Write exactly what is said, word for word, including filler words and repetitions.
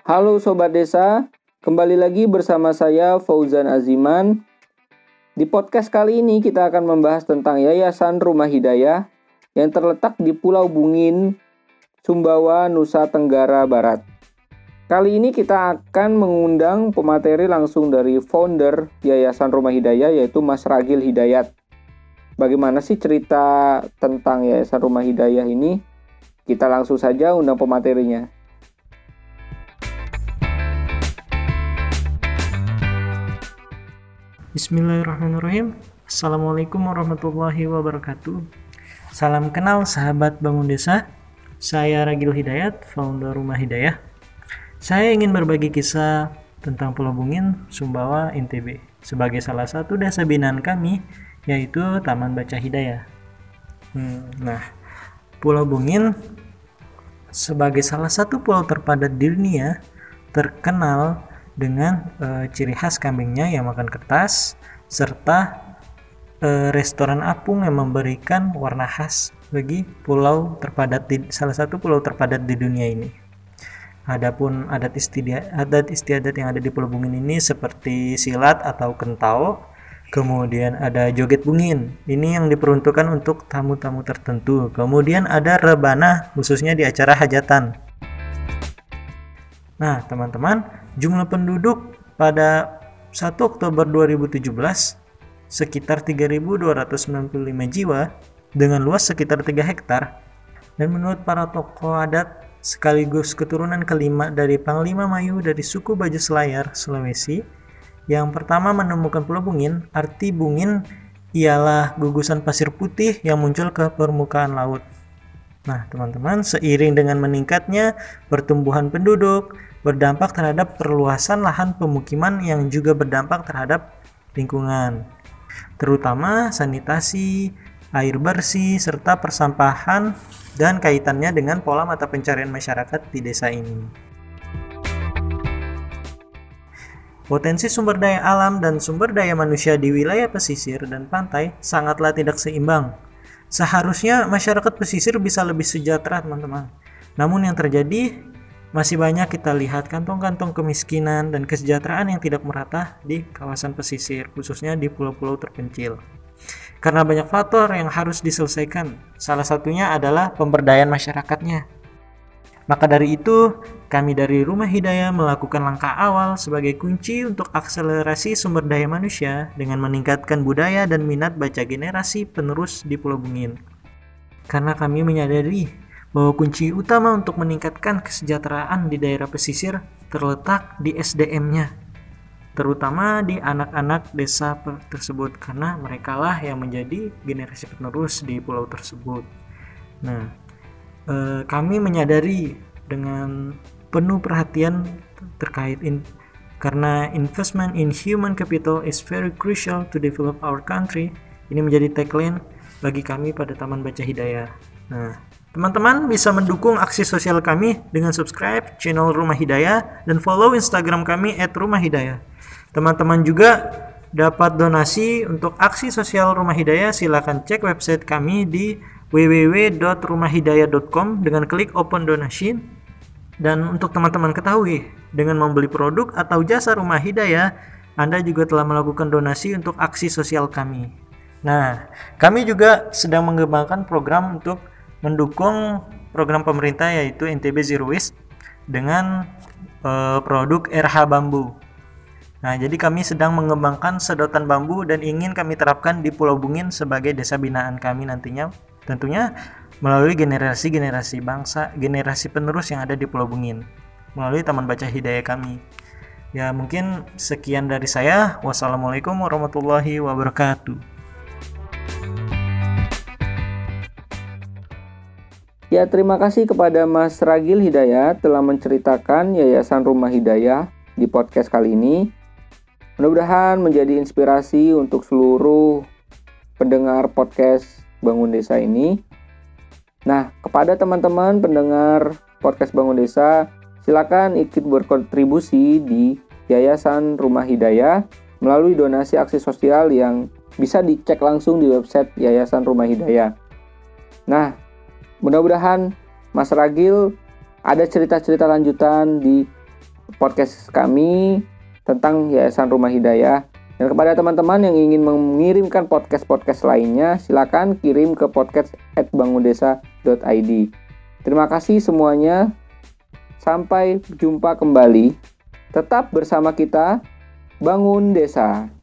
Halo Sobat Desa, kembali lagi bersama saya Fauzan Aziman. Di podcast kali ini kita akan membahas tentang Yayasan Rumah Hidayah yang terletak di Pulau Bungin, Sumbawa, Nusa Tenggara Barat. Kali ini kita akan mengundang pemateri langsung dari founder Yayasan Rumah Hidayah, yaitu Mas Ragil Hidayat. Bagaimana sih cerita tentang Yayasan Rumah Hidayah ini? Kita langsung saja undang pematerinya. Bismillahirrahmanirrahim. Assalamualaikum warahmatullahi wabarakatuh. Salam kenal sahabat bangun desa. Saya Ragil Hidayat, founder Rumah Hidayah. Saya ingin berbagi kisah tentang Pulau Bungin, Sumbawa, N T B sebagai salah satu desa binaan kami, yaitu Taman Baca Hidayah. Hmm, nah, Pulau Bungin sebagai salah satu pulau terpadat di dunia terkenal dengan e, ciri khas kambingnya yang makan kertas, serta e, restoran apung yang memberikan warna khas bagi pulau terpadat di salah satu pulau terpadat di dunia ini. Adapun adat istiadat, adat istiadat yang ada di Pulau Bungin ini seperti silat atau kentau, kemudian ada joget bungin. Ini yang diperuntukkan untuk tamu-tamu tertentu. Kemudian ada rebana khususnya di acara hajatan. Nah, teman-teman, jumlah penduduk pada satu Oktober dua ribu tujuh belas sekitar tiga ribu dua ratus sembilan puluh lima jiwa dengan luas sekitar tiga hektar. Dan menurut para tokoh adat sekaligus keturunan kelima dari Panglima Mayu dari suku Baju Selayar, Sulawesi, yang pertama menemukan Pulau Bungin, arti Bungin ialah gugusan pasir putih yang muncul ke permukaan laut. Nah, teman-teman, seiring dengan meningkatnya pertumbuhan penduduk, berdampak terhadap perluasan lahan pemukiman yang juga berdampak terhadap lingkungan, terutama sanitasi, air bersih, serta persampahan dan kaitannya dengan pola mata pencarian masyarakat di desa ini. Potensi sumber daya alam dan sumber daya manusia di wilayah pesisir dan pantai sangatlah tidak seimbang. Seharusnya masyarakat pesisir bisa lebih sejahtera, teman-teman. Namun yang terjadi masih banyak kita lihat kantong-kantong kemiskinan dan kesejahteraan yang tidak merata di kawasan pesisir, khususnya di pulau-pulau terpencil. Karena banyak faktor yang harus diselesaikan, salah satunya adalah pemberdayaan masyarakatnya. Maka dari itu, kami dari Rumah Hidayah melakukan langkah awal sebagai kunci untuk akselerasi sumber daya manusia dengan meningkatkan budaya dan minat baca generasi penerus di Pulau Bungin. Karena kami menyadari bahwa kunci utama untuk meningkatkan kesejahteraan di daerah pesisir terletak di S D M-nya, terutama di anak-anak desa tersebut, karena merekalah yang menjadi generasi penerus di pulau tersebut. Nah, eh, kami menyadari dengan penuh perhatian terkait in, karena investment in human capital is very crucial to develop our country. Ini menjadi tagline bagi kami pada Taman Baca Hidayah. Nah, teman-teman bisa mendukung aksi sosial kami dengan subscribe channel Rumah Hidayah dan follow Instagram kami et rumah hidayah. Teman-teman juga dapat donasi untuk aksi sosial Rumah Hidayah. Silakan cek website kami di w w w dot rumah hidayah dot com dengan klik open donation. Dan untuk teman-teman ketahui, dengan membeli produk atau jasa Rumah Hidayah, Anda juga telah melakukan donasi untuk aksi sosial kami. Nah, kami juga sedang mengembangkan program untuk mendukung program pemerintah, yaitu N T B Zero Waste dengan uh, produk R H Bambu. Nah, jadi kami sedang mengembangkan sedotan bambu dan ingin kami terapkan di Pulau Bungin sebagai desa binaan kami nantinya, tentunya melalui generasi-generasi bangsa, generasi penerus yang ada di Pulau Bungin, melalui Taman Baca Hidayah kami. Ya, mungkin sekian dari saya. Wassalamualaikum warahmatullahi wabarakatuh. Ya, terima kasih kepada Mas Ragil Hidayat telah menceritakan Yayasan Rumah Hidayah di podcast kali ini. Mudah-mudahan menjadi inspirasi untuk seluruh pendengar podcast Bangun Desa ini. Nah, kepada teman-teman pendengar podcast Bangun Desa, silakan ikut berkontribusi di Yayasan Rumah Hidayah melalui donasi aksi sosial yang bisa dicek langsung di website Yayasan Rumah Hidayah. Nah, mudah-mudahan Mas Ragil ada cerita-cerita lanjutan di podcast kami tentang Yayasan Rumah Hidayah. Dan kepada teman-teman yang ingin mengirimkan podcast-podcast lainnya, silakan kirim ke podcast at bangundesa dot i d. Terima kasih semuanya. Sampai jumpa kembali. Tetap bersama kita, Bangun Desa.